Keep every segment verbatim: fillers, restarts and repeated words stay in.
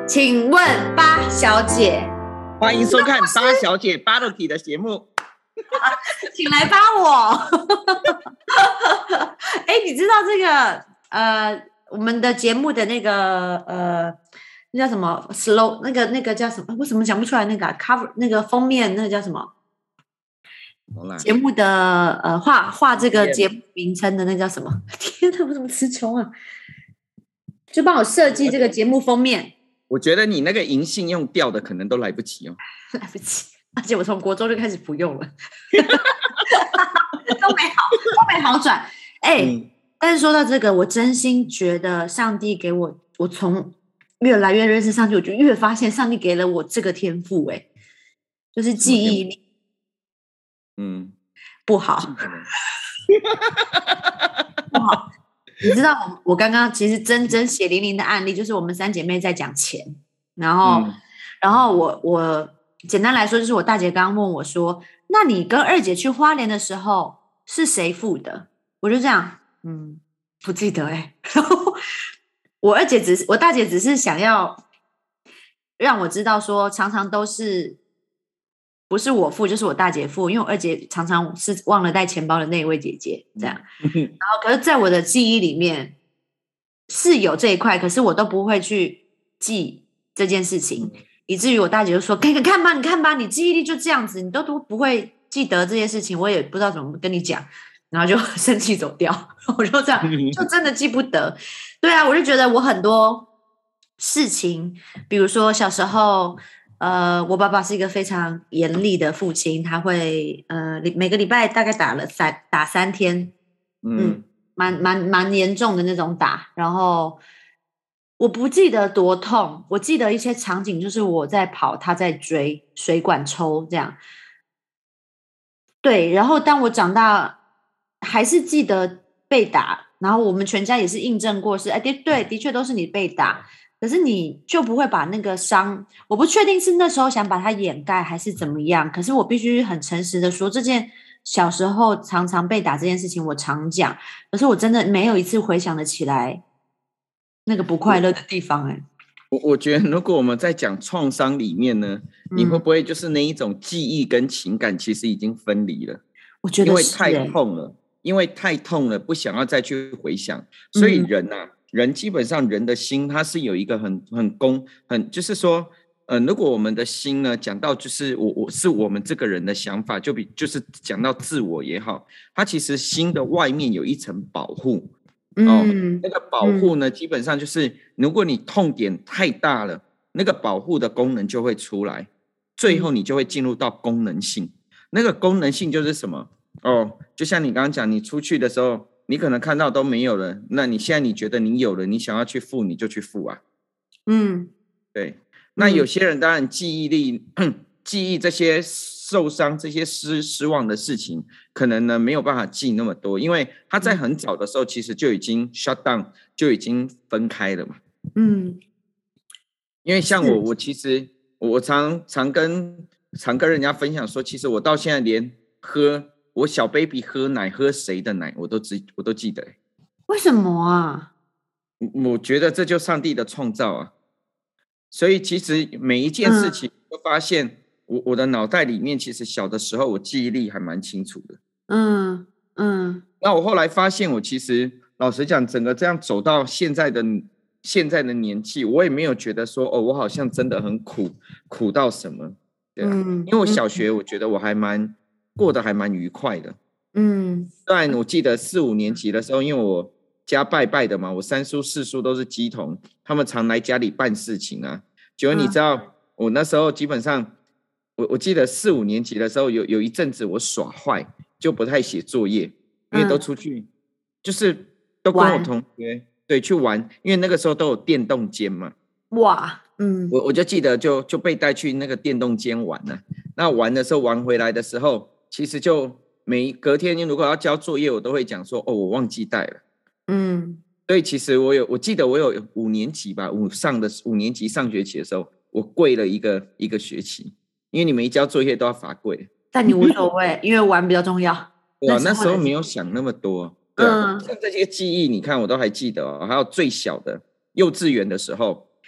请问八小姐， 欢迎收看八小姐八路体的节目。 请来帮我。哎，你知道这个呃，我们的节目的那个呃，那叫什么 slow？ 那个那个叫什么？为什么讲不出来？那个、啊、cover 那个封面那个叫什么？节目的呃画画这个节目名称的那叫什么？天哪，我怎么词穷啊？就帮我设计这个节目封面。 我觉得你那个银杏用掉的可能都来不及哦， 来不及，而且我从国中就开始不用了，都没好，都没好转。哎、欸嗯，但是说到这个，我真心觉得上帝给我，我从越来越认识上帝，我就越发现上帝给了我这个天赋，哎，就是记忆力。嗯，不好，不好。你知道我我刚刚其实真真血淋淋的案例，就是我们三姐妹在讲钱，然后、嗯、然后我我简单来说，就是我大姐刚刚问我说，那你跟二姐去花莲的时候是谁付的？我就这样，嗯，不记得哎、欸。然后我二姐只是我大姐只是想要让我知道说，常常都是不是我付就是我大姐付，因为我二姐常常是忘了带钱包的那一位姐姐这样。然后可是在我的记忆里面是有这一块，可是我都不会去记这件事情，以至于我大姐就说看看看吧，你看吧，你记忆力就这样子，你都不会记得这件事情，我也不知道怎么跟你讲，然后就生气走掉。我就这样就真的记不得。对啊，我就觉得我很多事情，比如说小时候呃，我爸爸是一个非常严厉的父亲，他会呃每个礼拜大概打了三打三天，嗯，蛮蛮蛮严重的那种打。然后我不记得多痛，我记得一些场景，就是我在跑，他在追，水管抽这样。对，然后当我长大，还是记得被打，然后我们全家也是印证过是，哎，对对，的确都是你被打。可是你就不会把那个伤，我不确定是那时候想把它掩盖还是怎么样。可是我必须很诚实的说，这件小时候常常被打这件事情，我常讲。可是我真的没有一次回想得起来那个不快乐的地方、欸。哎， 我我觉得如果我们在讲创伤里面呢，嗯、你会不会就是那一种记忆跟情感其实已经分离了？ 我觉得是、欸、 因为太痛了，因为太痛了，不想要再去回想，所以人啊。嗯人基本上人的心它是有一个很很公很就是说呃，如果我们的心呢讲到就是我我是我们这个人的想法，就比就是讲到自我也好，它其实心的外面有一层保护、嗯、哦，那个保护呢、嗯、基本上就是如果你痛点太大了，那个保护的功能就会出来，最后你就会进入到功能性。那个功能性就是什么哦，就像你刚刚讲，你出去的时候你可能看到都没有了，那你现在你觉得你有了，你想要去付你就去付啊。嗯，对。那有些人当然记忆力、嗯、记忆这些受伤这些失失望的事情可能呢没有办法记那么多，因为他在很早的时候其实就已经 shut down 就已经分开了嘛。嗯，因为像我我其实我常常跟常跟人家分享说，其实我到现在连喝我小 baby 喝奶喝谁的奶我都记我都记得。 为什么啊？ 我觉得这就上帝的创造啊。所以其实每一件事情都发现我我的脑袋里面其实小的时候我记忆力还蛮清楚的。嗯嗯。那我后来发现我其实老实讲整个这样走到现在的现在的年纪，我也没有觉得说哦我好像真的很苦苦到什么。对啊，嗯，因为我小学我觉得我还蛮过得还蛮愉快的。嗯，当然我记得四五年级的时候，因为我家拜拜的嘛，我三叔四叔都是乩童，他们常来家里办事情啊。结果你知道、嗯、我那时候基本上 我, 我记得四五年级的时候有有一阵子我耍坏，就不太写作业，因为都出去、嗯、就是都跟我同学对去玩，因为那个时候都有电动间嘛。哇，嗯，我我就记得就就被带去那个电动间玩了。那玩的时候玩回来的时候，其实就每隔天如果要交作业，我都会讲说哦我忘记带了。嗯，所以其实我有我记得我有五年级吧，五上的五年级上学期的时候，我跪了一个一个学期，因为你们一交作业都要罚跪。 但你无所谓，因为玩比较重要。 对啊，那时候没有想那么多。对啊，嗯、像这些记忆，你看我都还记得哦。还有最小的幼稚园的时候，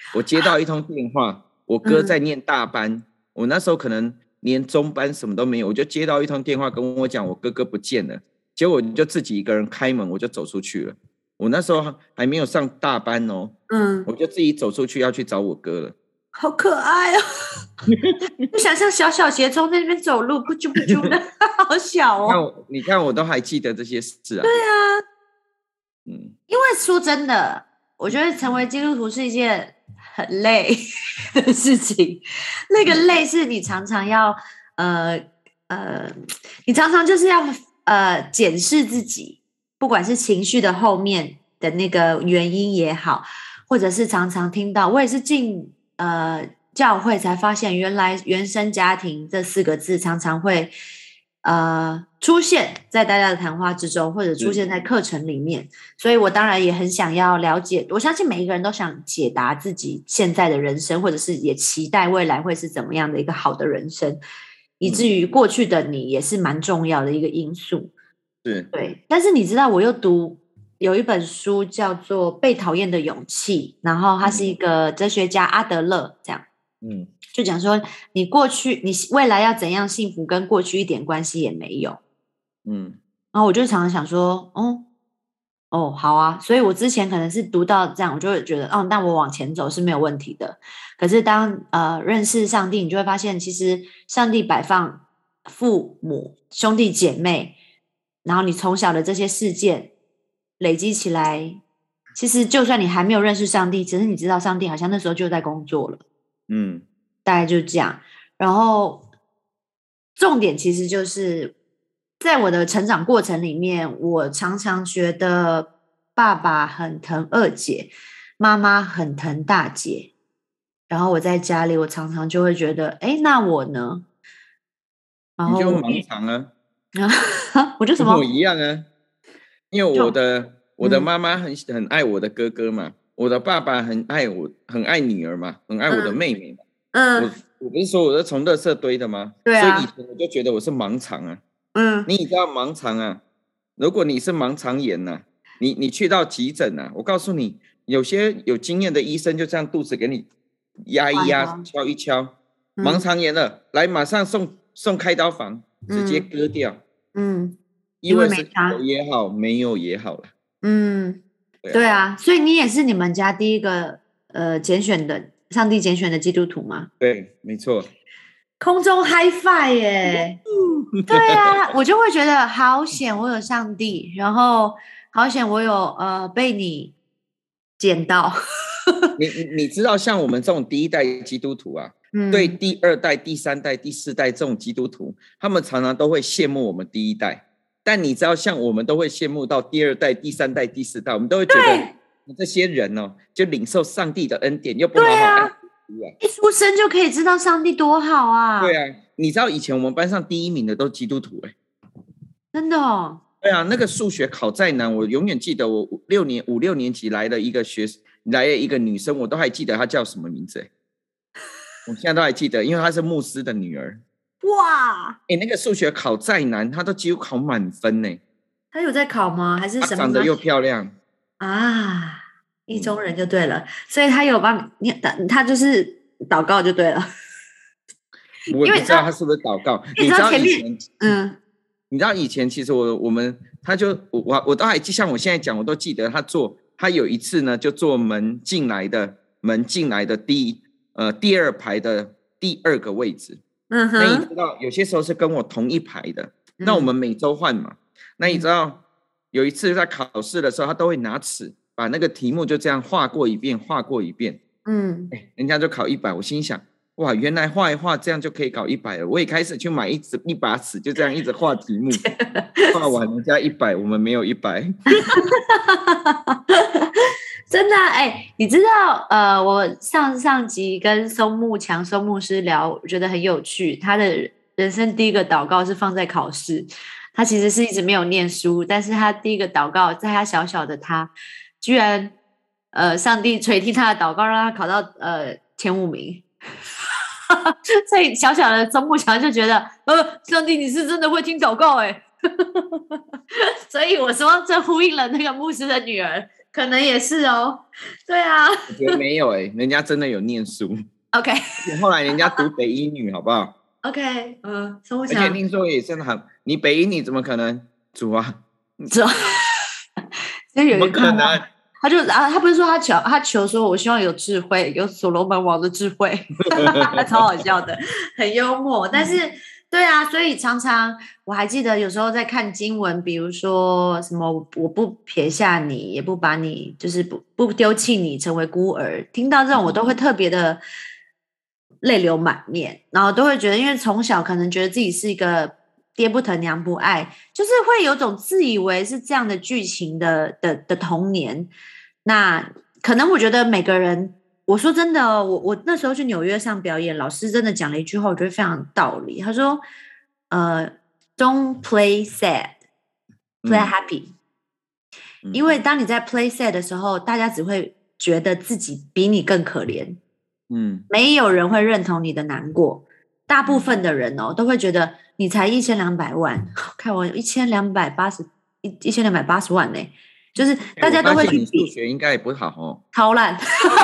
我接到一通电话，我哥在念大班，嗯、我那时候可能连中班什么都没有，我就接到一通电话跟我讲我哥哥不见了，结果我就自己一个人开门，我就走出去了。我那时候还没有上大班哦，嗯，我就自己走出去要去找我哥了。 好可爱哦！就想象小小鞋中在那边走路，不啾不啾的，好小哦。你看，我都还记得这些事啊。 对啊，嗯，因为说真的，我觉得成为基督徒是一件很累的事情。那个累是你常常要呃呃，你常常就是要呃检视自己，不管是情绪的后面的那个原因也好，或者是常常听到，我也是进。呃，教会才发现，原来原生家庭这四个字常常会呃出现在大家的谈话之中，或者出现在课程里面。所以我当然也很想要了解，我相信每一个人都想解答自己现在的人生，或者是也期待未来会是怎么样的一个好的人生，以至于过去的你也是蛮重要的一个因素。 是， 对。但是你知道，我又读。有一本书叫做《被讨厌的勇气》，然后他是一个哲学家阿德勒，这样，嗯，就讲说你过去、你未来要怎样幸福，跟过去一点关系也没有，嗯，然后我就常常想说，哦，哦，好啊，所以我之前可能是读到这样，我就会觉得，哦，那我往前走是没有问题的。可是当呃认识上帝，你就会发现，其实上帝摆放父母、兄弟姐妹，然后你从小的这些事件。累积起来，其实就算你还没有认识上帝，只是你知道上帝好像那时候就在工作了，嗯，大概就是这样。然后重点其实就是在我的成长过程里面，我常常觉得爸爸很疼二姐，妈妈很疼大姐。然后我在家里，我常常就会觉得，哎，那我呢？ 然后你就盲肠啊， 我就什么跟我一样啊。因为我的我的妈妈很很爱我的哥哥嘛，我的爸爸很爱我，很爱女儿嘛，很爱我的妹妹嘛。嗯，我我不是说我是从垃圾堆的吗？ 对啊。 所以以前我就觉得我是盲肠啊。嗯，你知道盲肠啊？如果你是盲肠炎呐、啊，你你去到急诊啊，我告诉你，有些有经验的医生就这样肚子给你压一压、敲一敲，盲肠炎了，来马上送送开刀房，直接割掉。嗯。因为是有也好，没有也好了。嗯，对 啊, 对啊，所以你也是你们家第一个呃拣选的上帝拣选的基督徒吗？ 对，没错。 空中 high five 耶！对啊，我就会觉得好险，我有上帝，然后好险我有呃被你捡到。 你你知道，像我们这种第一代基督徒啊，嗯、对第二代、第三代、第四代这种基督徒，他们常常都会羡慕我们第一代。但你知道，像我们都会羡慕到第二代、第三代、第四代，我们都会觉得这些人哦，就领受上帝的恩典，又不好好爱主啊， 一出生就可以知道上帝多好啊！ 对啊，你知道以前我们班上第一名的都是基督徒哎、欸， 真的哦。 对啊，那个数学考再难，我永远记得我六年五六年级来的一个学来了一个女生，我都还记得她叫什么名字哎、欸，我现在都还记得，因为她是牧师的女儿。哇！哎、欸，那个数学考再难，他都几乎考满分呢、欸。 他有在考吗？还是什么？ 他长得又漂亮啊，意中人就对了。嗯、所以他有帮你，他就是祷告就对了。 我也不知道他是不是祷告。你知道以前，嗯，你知道以前其实我我们他就我我我都还记，像我现在讲，我都记得他坐，他有一次呢就坐门进来的门进来的第呃第二排的第二个位置。嗯哼，那你知道有些时候是跟我同一排的，嗯、那我们每周换嘛。那你知道有一次在考试的时候，他都会拿尺把那个题目就这样画过一遍，画过一遍。嗯，哎，人家就考一百，我心想，哇，原来画一画这样就可以考一百了。我也开始去买一支一把尺，就这样一直画题目，画完人家一百，我们没有一百。 真的哎、欸，你知道呃，我上上集跟松木强松牧师聊，我觉得很有趣。他的人生第一个祷告是放在考试，他其实是一直没有念书，但是他第一个祷告，在他小小的他，居然呃，上帝垂听他的祷告，让他考到呃前五名。所以小小的松木强就觉得，呃，上帝你是真的会听祷告哎、欸。所以我说，这呼应了那个牧师的女儿。 可能也是哦。对啊， 我觉得没有哎、欸，人家真的有念书。 OK， 后来人家读北一女，好不好 OK， 嗯，孙富而且强， 听说也真的很，你北一女怎么可能煮啊？ 这就有怎么一个可能？ 他就啊，他不是说他求他求说，我希望有智慧，有所罗门王的智慧，超好笑的，很幽默。但是，嗯、对啊，所以常常我还记得有时候在看经文，比如说什么我不撇下你，也不把你，就是不不丢弃你，成为孤儿。听到这种，我都会特别的泪流满面，然后都会觉得，因为从小可能觉得自己是一个。爹不疼娘不爱，就是会有种自以为是这样的剧情的的的童年。那可能我觉得每个人，我说真的哦，我我那时候去纽约上表演，老师真的讲了一句话，我觉得非常有道理。他说：“呃 ，Don't play sad, play happy、嗯。因为当你在 play sad 的时候，大家只会觉得自己比你更可怜。嗯，没有人会认同你的难过。大部分的人哦，都会觉得。”你才一千两百万，看我一千两百八十一一千两百八十万呢、欸，就是大家都会去比。 数学应该也不好哦， 超烂。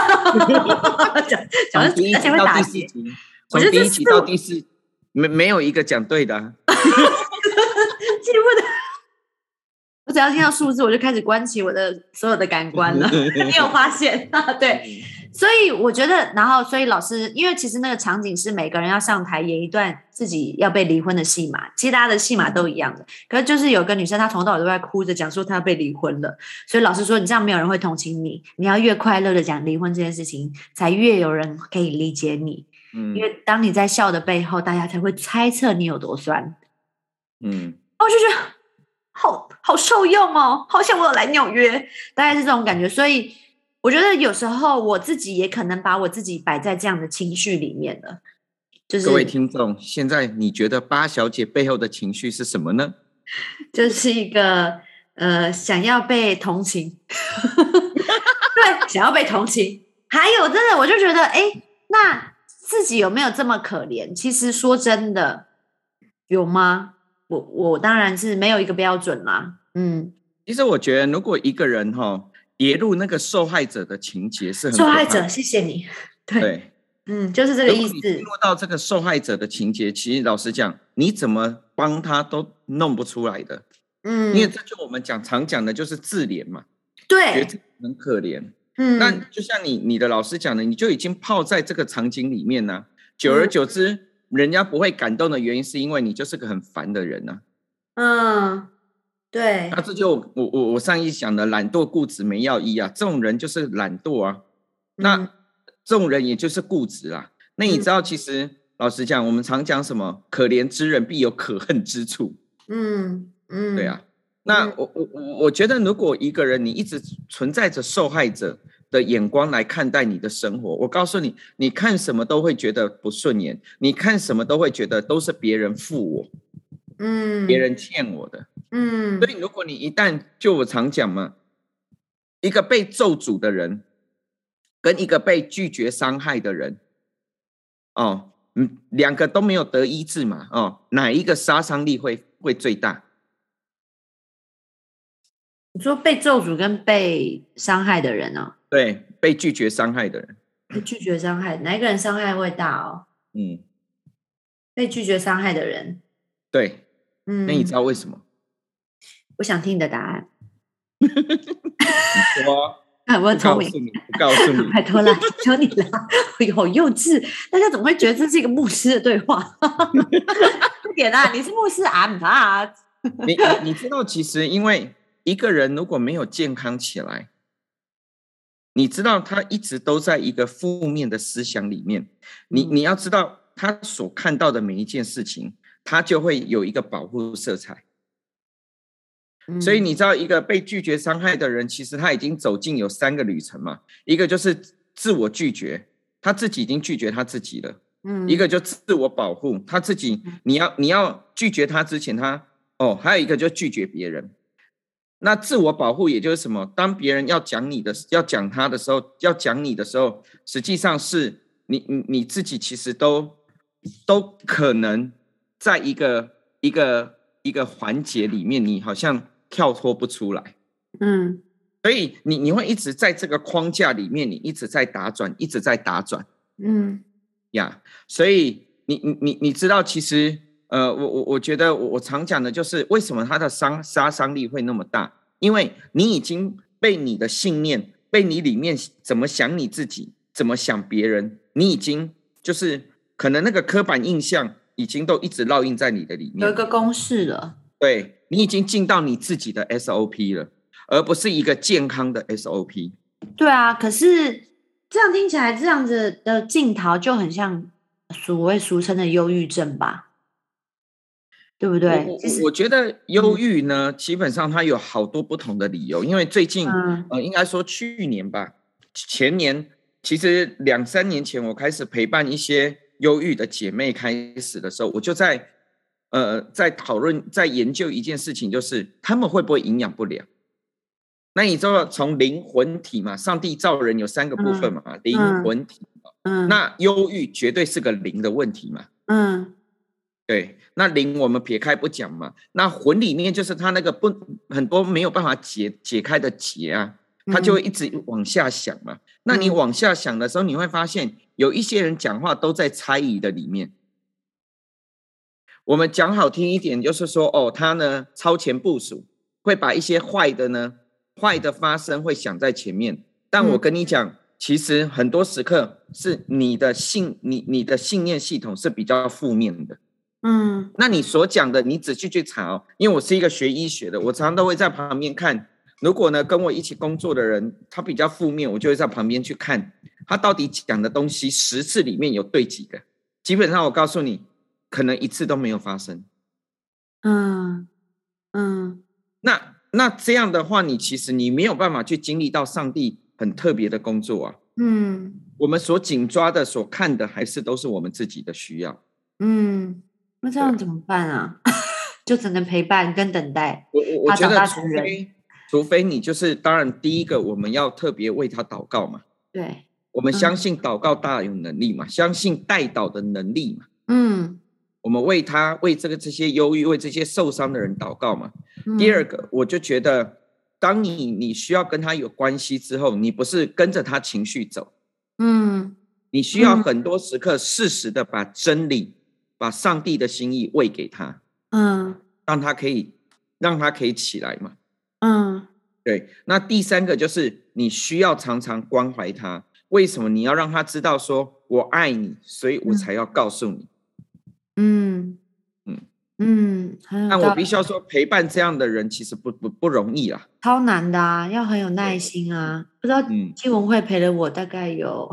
讲从第一集到第四集，从第一集到第四，没没有一个讲对的、啊。记不得，我只要听到数字，我就开始关起我的所有的感官了。你有发现？对。所以我觉得，然后所以老师，因为其实那个场景是每个人要上台演一段自己要被离婚的戏码，其实大家的戏码都一样的。可是就是有个女生，她从头到尾都在哭着讲说她要被离婚了，所以老师说你这样没有人会同情你，你要越快乐的讲离婚这件事情，才越有人可以理解你。嗯，因为当你在笑的背后，大家才会猜测你有多酸。嗯，我就觉得好好受用哦，好想我有来纽约，大概是这种感觉，所以。我觉得有时候我自己也可能把我自己摆在这样的情绪里面了。就是各位听众，现在你觉得八小姐背后的情绪是什么呢？ 就是一个呃，想要被同情，对，想要被同情。还有真的，我就觉得，哎，那自己有没有这么可怜？其实说真的，有吗？我我当然是没有一个标准啦。嗯， 其实我觉得，如果一个人哈、哦。跌入那个受害者的情节是很可怕的。 受害者，谢谢你。对，对嗯，就是这个意思。如果你进入到这个受害者的情节，其实老实讲，你怎么帮他都弄不出来的。嗯，因为这就我们讲常讲的就是自怜嘛。 对， 觉得自己很可怜。嗯，那就像你你的老师讲的，你就已经泡在这个场景里面呢。久而久之、嗯，人家不会感动的原因，是因为你就是个很烦的人呢、 啊。嗯。对， 那这就我我我上一讲的懒惰固执没药医啊，这种人就是懒惰啊，那、嗯、这种人也就是固执啦。那你知道，其实、嗯、老实讲，我们常讲什么？可怜之人必有可恨之处。嗯嗯，对啊。那我我我我觉得，如果一个人你一直存在着受害者的眼光来看待你的生活，我告诉你，你看什么都会觉得不顺眼，你看什么都会觉得都是别人负我，嗯，别人欠我的。嗯，所以如果你一旦就我常讲嘛，一个被咒诅的人跟一个被拒绝伤害的人，哦，嗯，两个都没有得医治嘛，哦，哪一个杀伤力会会最大？ 你说被咒诅跟被伤害的人哦？ 对，被拒绝伤害的人， 被拒绝伤害，哪一个人伤害会大哦？嗯，被拒绝伤害的人， 对，嗯，那你知道为什么？ 我想听你的答案。 你说， 我很聪明， 不告诉你， 拜托啦，求你啦，好幼稚，大家怎么会觉得这是一个牧师的对话？快点啊，你是牧师啊？你啊， 你你知道，其实因为一个人如果没有健康起来，你知道他一直都在一个负面的思想里面，你你要知道他所看到的每一件事情，他就会有一个保护色彩。所以你知道，一个被拒绝伤害的人，其实他已经走进有三个旅程嘛。一个就是自我拒绝，他自己已经拒绝他自己了。嗯，一个就自我保护，他自己你要你要拒绝他之前，他哦，还有一个就拒绝别人。那自我保护也就是什么？当别人要讲你的、要讲他的时候，要讲你的时候，实际上是你你你自己其实都都可能在一个一个一个环节里面，你好像跳脱不出来。嗯， 所以你你会一直在这个框架里面，你一直在打转，一直在打转，嗯呀， yeah, 所以你你你你知道，其实呃，我我我觉得我我常讲的就是为什么它的伤杀伤力会那么大，因为你已经被你的信念，被你里面怎么想你自己，怎么想别人，你已经就是可能那个刻板印象已经都一直烙印在你的里面， 有一个公式了， 对，你已经进到你自己的 S O P 了。而不是一个健康的 S O P。 对啊，可是这样听起来，这样子的镜头就很像所谓俗称的忧郁症吧，对不对？ 我, 我, 我觉得忧郁呢、嗯、基本上它有好多不同的理由，因为最近、嗯呃、应该说去年吧，前年其实两三年前我开始陪伴一些忧郁的姐妹开始的时候，我就在呃在讨论在研究一件事情，就是他们会不会营养不良。那你知道从灵魂体嘛，上帝造人有三个部分嘛，嗯、灵魂体嘛，嗯、那忧郁绝对是个灵的问题嘛，嗯，对，那灵我们撇开不讲嘛，那魂里面就是他那个不很多没有办法解解开的结啊，他就会一直往下想嘛，嗯、那你往下想的时候，你会发现有一些人讲话都在猜疑的里面。我们讲好听一点，就是说哦，他呢超前部署，会把一些坏的呢。坏的发生会想在前面，但我跟你讲、嗯、其实很多时刻是你的信你你的信念系统是比较负面的，嗯，那你所讲的你仔细去查哦，因为我是一个学医学的，我常常都会在旁边看，如果呢跟我一起工作的人他比较负面，我就会在旁边去看他到底讲的东西十次里面有对几个，基本上我告诉你可能一次都没有发生，嗯嗯，那那这样的话，你其实你没有办法去经历到上帝很特别的工作啊。嗯，我们所紧抓的、所看的，还是都是我们自己的需要。 嗯，那这样怎么办啊？就只能陪伴跟等待。 我我我觉得，除非除非你就是，当然第一个我们要特别为他祷告嘛。 对， 我们相信祷告大有能力嘛，嗯、相信代祷的能力嘛。嗯。我们为他为这个这些忧郁为这些受伤的人祷告嘛、嗯、第二个我就觉得当你你需要跟他有关系之后，你不是跟着他情绪走，嗯，你需要很多时刻适时的把真理、嗯、把上帝的心意喂给他，嗯，让他可以让他可以起来嘛，嗯，对。那第三个就是你需要常常关怀他，为什么你要让他知道说我爱你，所以我才要告诉你，嗯嗯嗯，但我必须要说，陪伴这样的人其实不不不容易啦， 超难的啊，要很有耐心啊。不知道基文会陪了我大概有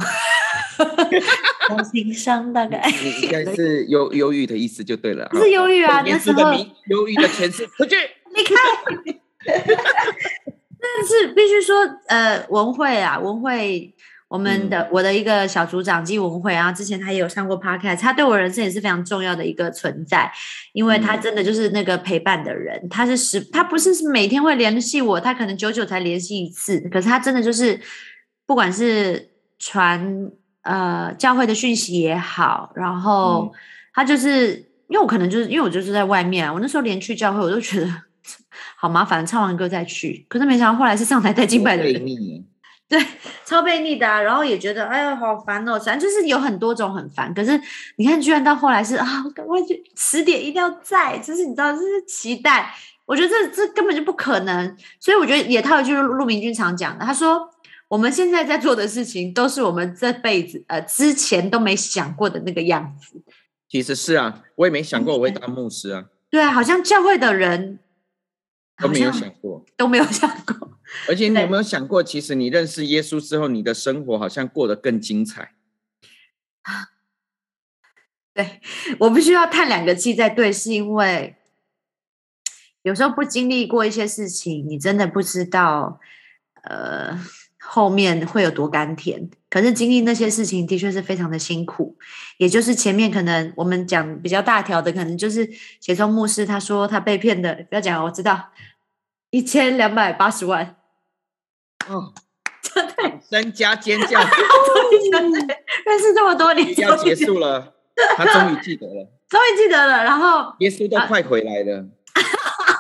情商大概， 你应该是忧忧郁的意思就对了， 不是忧郁啊，那时候忧郁的诠释出去， 离开。但是必须说，呃，文慧啊，文慧。我们的、嗯、我的一个小组长季文慧，然后之前他也有上过 podcast， 他对我人生也是非常重要的一个存在，因为他真的就是那个陪伴的人，嗯、他是时他不是每天会联系我，他可能久久才联系一次，可是他真的就是不管是传呃教会的讯息也好，然后他就是因为我可能就是因为我就是在外面、啊，我那时候连去教会我都觉得好麻烦，唱完歌再去，可是没想到后来是上台带敬拜的人。对，超被逆的、啊，然后也觉得哎呀好烦哦，反正就是有很多种很烦。可是你看，居然到后来是啊，赶快去十点一定要在，就是你知道，这是期待。我觉得这这根本就不可能，所以我觉得也套一句陆明君常讲的，他说我们现在在做的事情都是我们这辈子呃之前都没想过的那个样子。 其实是啊，我也没想过我会当牧师啊。 对啊，好像教会的人都没有想过， 都没有想过。 而且你有没有想过，其实你认识耶稣之后，你的生活好像过得更精彩。 对，我必须要叹两个气在对，是因为有时候不经历过一些事情，你真的不知道呃后面会有多甘甜。可是经历那些事情的确是非常的辛苦，也就是前面可能我们讲比较大条的，可能就是协聪牧师他说他被骗的，不要讲，我知道一千两百八十万。 哦，对，身家尖叫， 认识这么多年， 要结束了，他终于记得了， 终于记得了。然后耶稣都快回来了， 啊、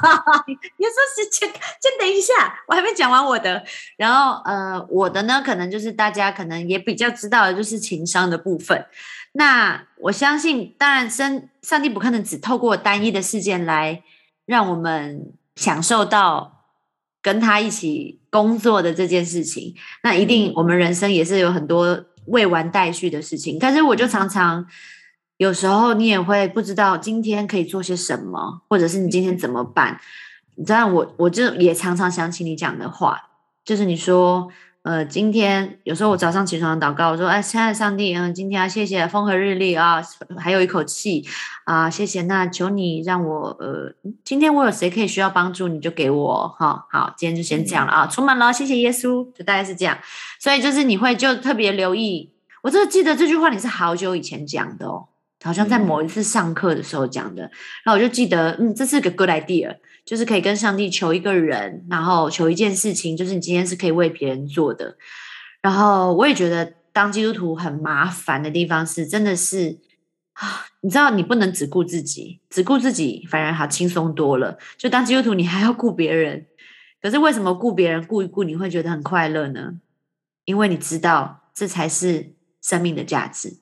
你说是先先等一下，我还没讲完我的。然后呃，我的呢，可能就是大家可能也比较知道的，就是情商的部分。那我相信，当然上上帝不可能只透过单一的事件来让我们享受到跟他一起工作的这件事情。那一定我们人生也是有很多未完待续的事情。但是我就常常有时候你也会不知道今天可以做些什么，或者是你今天怎么办。你知道我我就也常常想起你讲的话，就是你说呃，今天有时候我早上起床祷告，我说哎，亲爱的上帝，嗯，今天要谢谢风和日丽啊，还有一口气啊，谢谢。那求你让我呃，今天我有谁可以需要帮助，你就给我哈。好，今天就先这样了啊，出门了，谢谢耶稣，就大概是这样。所以就是你会就特别留意，我真的记得这句话你是好久以前讲的哦，好像在某一次上课的时候讲的，然后我就记得，嗯，这是个 good idea。就是可以跟上帝求一个人，然后求一件事情，就是你今天是可以为别人做的。然后我也觉得当基督徒很麻烦的地方是，真的是啊，你知道你不能只顾自己，只顾自己反而好轻松多了。就当基督徒你还要顾别人，可是为什么顾别人顾一顾你会觉得很快乐呢？因为你知道这才是生命的价值。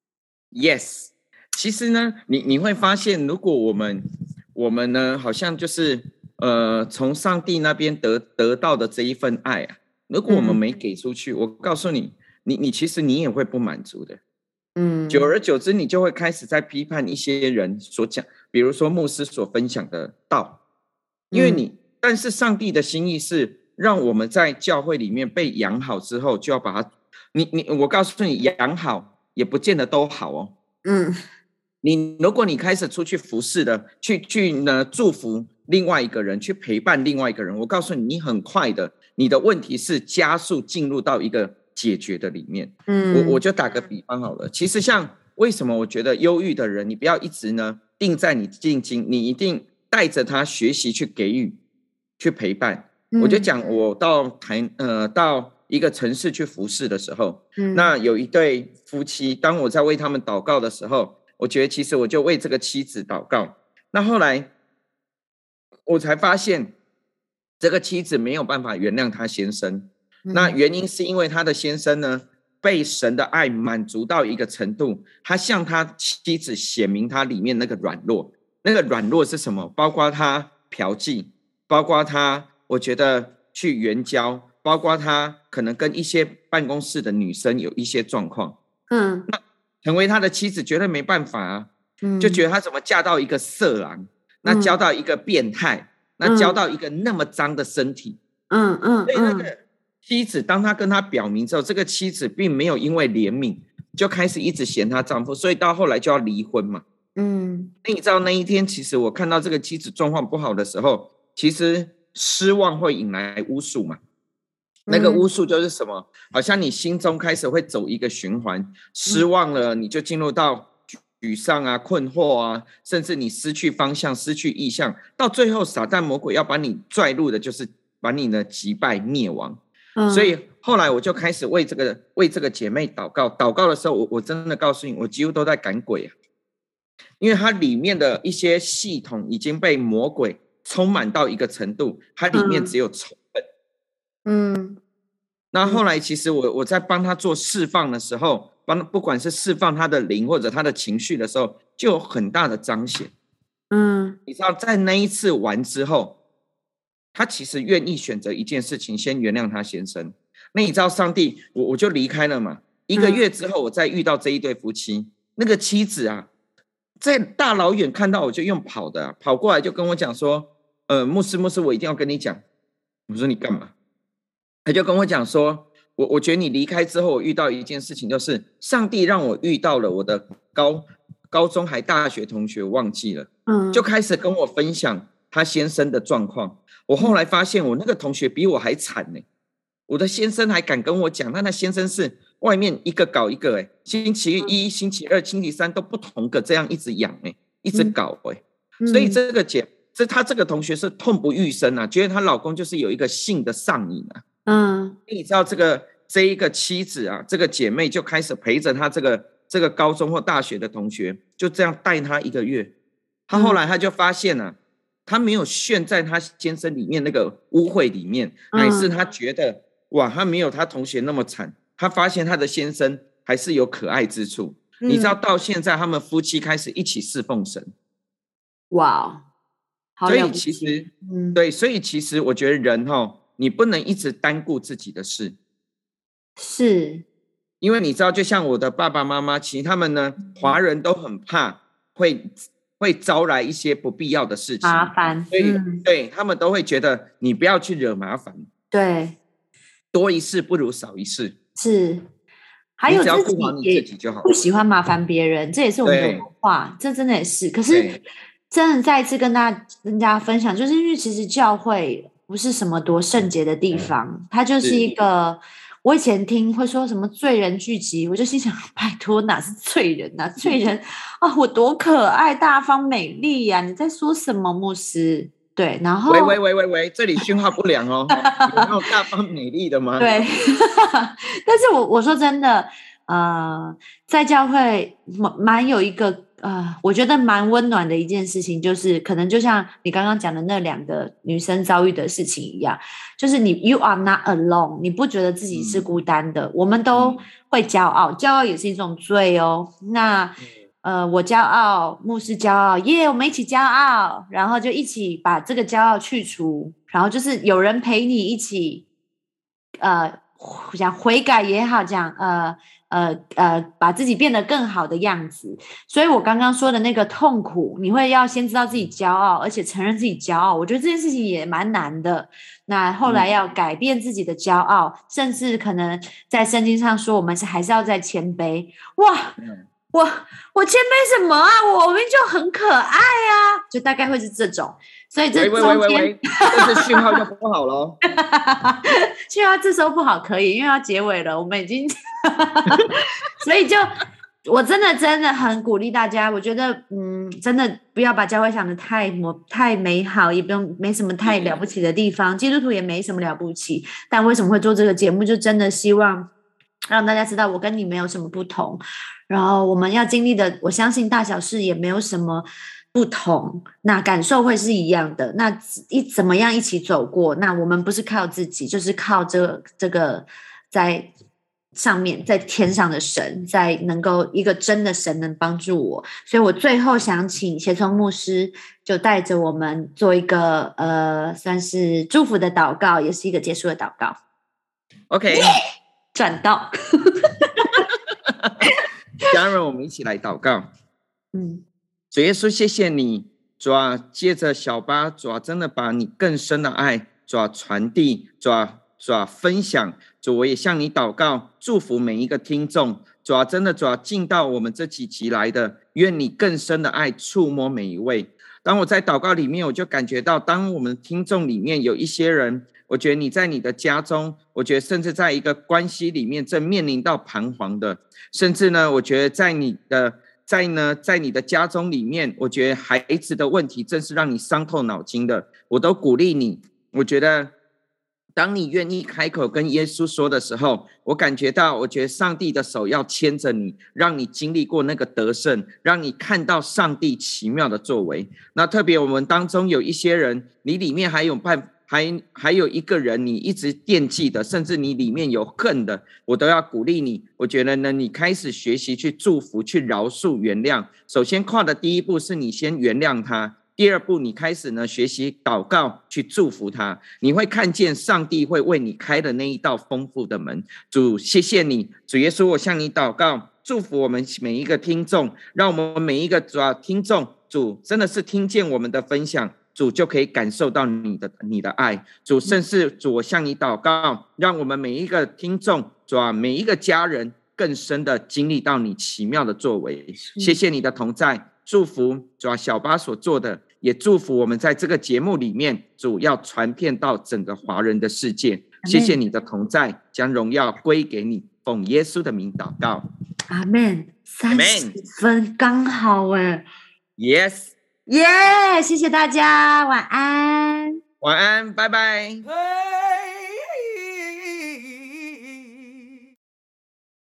Yes， 其实呢，你你会发现，如果我们我们呢，好像就是呃，从上帝那边得得到的这一份爱啊，如果我们没给出去，嗯、我告诉你，你你其实你也会不满足的。嗯，久而久之，你就会开始在批判一些人所讲，比如说牧师所分享的道，因为你，嗯、但是上帝的心意是让我们在教会里面被养好之后，就要把它，你你，我告诉你，养好也不见得都好哦。嗯。你如果你开始出去服侍的，去去呢祝福另外一个人，去陪伴另外一个人，我告诉你，你很快的，你的问题是加速进入到一个解决的里面。嗯，我我就打个比方好了，其实像为什么我觉得忧郁的人，你不要一直呢定在你静静，你一定带着他学习去给予，去陪伴。嗯、我就讲我到台呃到一个城市去服侍的时候，嗯、那有一对夫妻，当我在为他们祷告的时候。我觉得其实我就为这个妻子祷告，那后来我才发现这个妻子没有办法原谅她先生，嗯、那原因是因为她的先生呢被神的爱满足到一个程度，他向他妻子显明他里面那个软弱，那个软弱是什么？包括他嫖妓，包括他我觉得去援交，包括他可能跟一些办公室的女生有一些状况，嗯，那成为他的妻子绝对没办法啊，嗯、就觉得他怎么嫁到一个色狼，嗯、那交到一个变态，嗯、那交到一个那么脏的身体，嗯嗯，所以那个妻子当他跟他表明之后，这个妻子并没有因为怜悯就开始一直嫌她丈夫，所以到后来就要离婚嘛。嗯，那你知道那一天，其实我看到这个妻子状况不好的时候，其实失望会引来巫术嘛。那个巫术就是什么？好像你心中开始会走一个循环，失望了你就进入到沮丧啊、困惑啊，甚至你失去方向、失去意向，到最后撒旦魔鬼要把你拽入的，就是把你呢击败灭亡。嗯、所以后来我就开始为这个为这个姐妹祷告，祷告的时候，我我真的告诉你，我几乎都在赶鬼啊，因为它里面的一些系统已经被魔鬼充满到一个程度，它里面只有仇恨。嗯，那后来其实我我在帮他做释放的时候，帮不管是释放他的灵或者他的情绪的时候，就有很大的彰显。嗯，你知道在那一次完之后，他其实愿意选择一件事情，先原谅他先生。那你知道上帝，我我就离开了嘛。一个月之后，我再遇到这一对夫妻，嗯、那个妻子啊，在大老远看到我就用跑的、啊、跑过来就跟我讲说，呃，牧师牧师，我一定要跟你讲。我说你干嘛？他就跟我讲说，我我觉得你离开之后，我遇到一件事情，就是上帝让我遇到了我的高高中还大学同学，忘记了，嗯，就开始跟我分享他先生的状况。我后来发现，我那个同学比我还惨呢。我的先生还敢跟我讲，那他先生是外面一个搞一个，哎，星期一、星期二、星期三都不同个，这样一直养，哎，一直搞，哎，嗯、所以这个姐，这她这个同学是痛不欲生啊，觉得她老公就是有一个性的上瘾啊。嗯，你知道这个这一个妻子啊，这个姐妹就开始陪着她这个这个高中或大学的同学，就这样带她一个月。她后来她就发现了、啊， 他没有陷在他先生里面那个污秽里面，嗯、乃是他觉得哇，他没有他同学那么惨，他发现他的先生还是有可爱之处。嗯、你知道，到现在他们夫妻开始一起侍奉神。 哇，好了不起。 所以其实， 嗯、 对，所以其实我觉得人哈，你不能一直单顾自己的事。 是。 因为你知道，就像我的爸爸妈妈，其实他们呢，华人都很怕会会招来一些不必要的事情， 麻烦， 所以、嗯、对他们都会觉得你不要去惹麻烦， 对， 多一事不如少一事， 是，还有你只要顾好你自己就好， 不喜欢麻烦别人，这也是我们的文化，这真的也是。可是真的再一次跟大家跟大家分享，就是因为其实教会不是什么多圣洁的地方，它就是一个。我以前听会说什么罪人聚集，我就心想拜托哪是罪人啊，罪人啊，我多可爱大方美丽呀、啊、你在说什么牧师？对，然后喂喂喂喂喂，这里讯号不良哦有没有大方美丽的吗？ 对但是我我说真的呃，在教会蛮有一个呃，我觉得蛮温暖的一件事情，就是可能就像你刚刚讲的那两个女生遭遇的事情一样，就是你 you are not alone， 你不觉得自己是孤单的、嗯、我们都会骄傲，骄傲也是一种罪哦。那呃，我骄傲，牧师骄傲，耶、yeah, 我们一起骄傲，然后就一起把这个骄傲去除，然后就是有人陪你一起呃讲悔改也好，讲呃呃呃，把自己变得更好的样子。所以我刚刚说的那个痛苦，你会要先知道自己骄傲，而且承认自己骄傲。我觉得这件事情也蛮难的。那后来要改变自己的骄傲，嗯、甚至可能在圣经上说，我们是还是要再谦卑。哇，嗯、我我谦卑什么啊？我明明就很可爱啊，就大概会是这种。所以这中间， 喂喂喂喂，这是讯号就不好了。 讯号这时候不好可以，因为要结尾了，我们已经，所以就我真的真的很鼓励大家，我觉得嗯，真的不要把教会想得太太美好，也不用没什么太了不起的地方，基督徒也没什么了不起，但为什么会做这个节目，就真的希望让大家知道我跟你没有什么不同，然后我们要经历的，我相信大小事也没有什么不同，那感受会是一样的，那一怎么样一起走过，那我们不是靠自己，就是靠这个这个在上面在天上的神，在能够一个真的神能帮助我，所以我最后想请协聪牧师就带着我们做一个呃算是祝福的祷告，也是一个结束的祷告。 OK、yeah! 转到家人我们一起来祷告。 嗯， 主耶稣谢谢你，主啊，借着小巴，主啊，真的把你更深的爱，主啊，传递，主啊，主啊，分享。主，我也向你祷告，祝福每一个听众。主啊，真的主啊，进到我们这几集来的，愿你更深的爱触摸每一位。当我在祷告里面，我就感觉到，当我们听众里面有一些人，我觉得你在你的家中，我觉得甚至在一个关系里面正面临到彷徨的，甚至呢，我觉得在你的在呢，在你的家中里面，我觉得孩子的问题正是让你伤透脑筋的，我都鼓励你。我觉得当你愿意开口跟耶稣说的时候，我感觉到，我觉得上帝的手要牵着你，让你经历过那个得胜，让你看到上帝奇妙的作为。那特别我们当中有一些人，你里面还有办还还有一个人你一直惦记的，甚至你里面有恨的，我都要鼓励你。我觉得呢，你开始学习去祝福，去饶恕，原谅。首先跨的第一步是你先原谅他，第二步你开始呢学习祷告去祝福他，你会看见上帝会为你开的那一道丰富的门。主谢谢你，主耶稣，我向你祷告，祝福我们每一个听众，让我们每一个主要听众，主真的是听见我们的分享，主就可以感受到你的你的爱。主甚至主我向你祷告，让我们每一个听众，主啊，每一个家人更深的经历到你奇妙的作为。谢谢你的同在，祝福主啊小巴所做的，也祝福我们在这个节目里面，主要传遍到整个华人的世界。谢谢你的同在，将荣耀归给你，奉耶稣的名祷告， 阿们。三十分刚好哎 ，Yes， 耶、yeah, 谢谢大家，晚安， 晚安，拜拜。